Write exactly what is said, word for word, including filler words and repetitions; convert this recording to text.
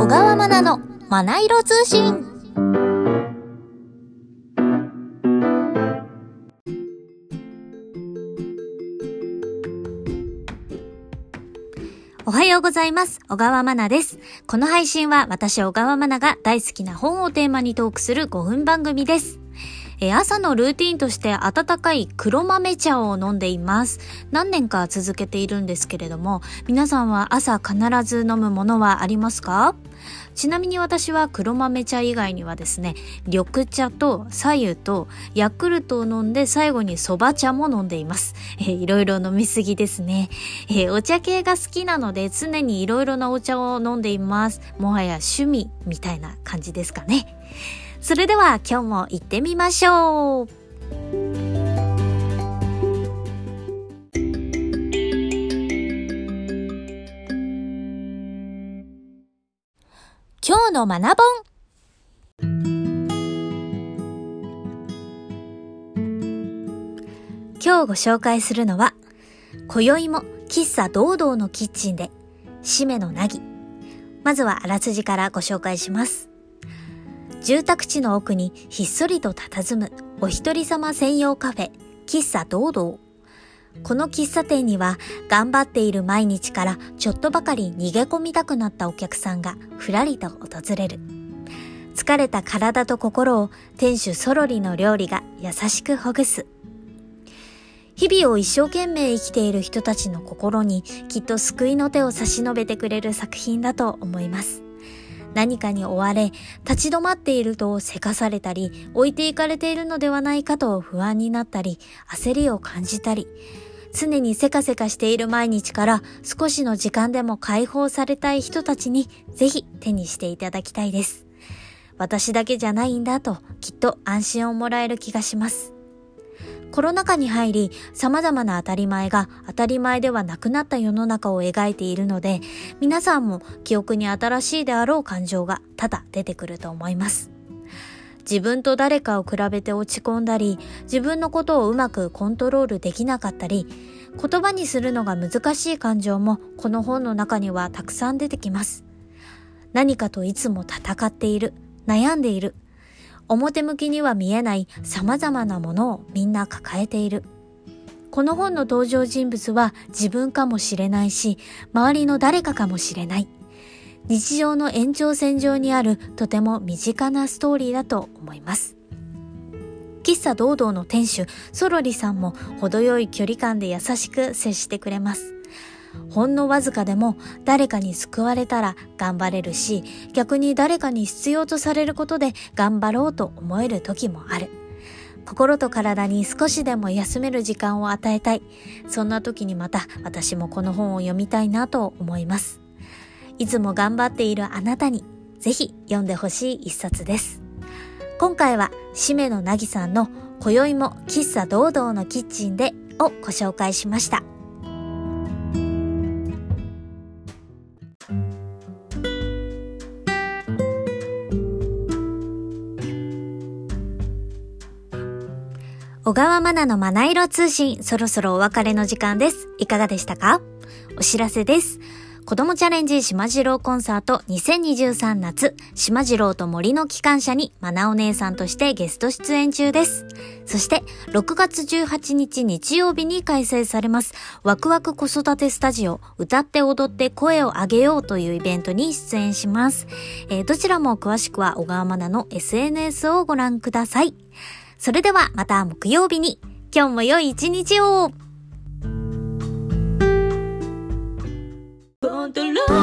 川まなのまな色通信。おはようございます。小川まなです。この配信は私小川まなが大好きな本をテーマにトークするごふん番組です。え朝のルーティーンとして温かい黒豆茶を飲んでいます。何年か続けているんですけれども、皆さんは朝必ず飲むものはありますか？ちなみに私は黒豆茶以外にはですね、緑茶と白湯とヤクルトを飲んで最後にそば茶も飲んでいます。えー、いろいろ飲みすぎですね。えー、お茶系が好きなので常にいろいろなお茶を飲んでいます。もはや趣味みたいな感じですかね。それでは今日も行ってみましょう。今日の学ぼん。今日ご紹介するのは、今宵も喫茶堂々のキッチンでしめの凪。まずはあらすじからご紹介します。住宅地の奥にひっそりと佇むお一人様専用カフェ、喫茶堂々。この喫茶店には頑張っている毎日からちょっとばかり逃げ込みたくなったお客さんがふらりと訪れる。疲れた体と心を店主ソロリの料理が優しくほぐす。日々を一生懸命生きている人たちの心にきっと救いの手を差し伸べてくれる作品だと思います。何かに追われ、立ち止まっているとせかされたり、置いていかれているのではないかと不安になったり、焦りを感じたり、常にせかせかしている毎日から少しの時間でも解放されたい人たちにぜひ手にしていただきたいです。私だけじゃないんだときっと安心をもらえる気がします。コロナ禍に入り、様々な当たり前が当たり前ではなくなった世の中を描いているので、皆さんも記憶に新しいであろう感情が多々出てくると思います。自分と誰かを比べて落ち込んだり、自分のことをうまくコントロールできなかったり、言葉にするのが難しい感情もこの本の中にはたくさん出てきます。何かといつも戦っている、悩んでいる。表向きには見えない様々なものをみんな抱えている。この本の登場人物は自分かもしれないし、周りの誰かかもしれない。日常の延長線上にあるとても身近なストーリーだと思います。喫茶堂々の店主、ソロリさんも程よい距離感で優しく接してくれます。ほんのわずかでも誰かに救われたら頑張れるし、逆に誰かに必要とされることで頑張ろうと思える時もある。心と体に少しでも休める時間を与えたい。そんな時にまた私もこの本を読みたいなと思います。いつも頑張っているあなたにぜひ読んでほしい一冊です。今回はしめの凪さんの今宵も喫茶堂々のキッチンでをご紹介しました。小川まなのまな色通信、そろそろお別れの時間です。いかがでしたか？お知らせです。子供チャレンジしまじろうコンサートにせんにじゅうさん夏、しまじろうと森の機関車にまなお姉さんとしてゲスト出演中です。そしてろくがつじゅうはちにち日曜日に開催されますワクワク子育てスタジオ歌って踊って声を上げようというイベントに出演します。えー、どちらも詳しくは小川まなの エスエヌエス をご覧ください。それではまた木曜日に。今日も良い一日を。コントロール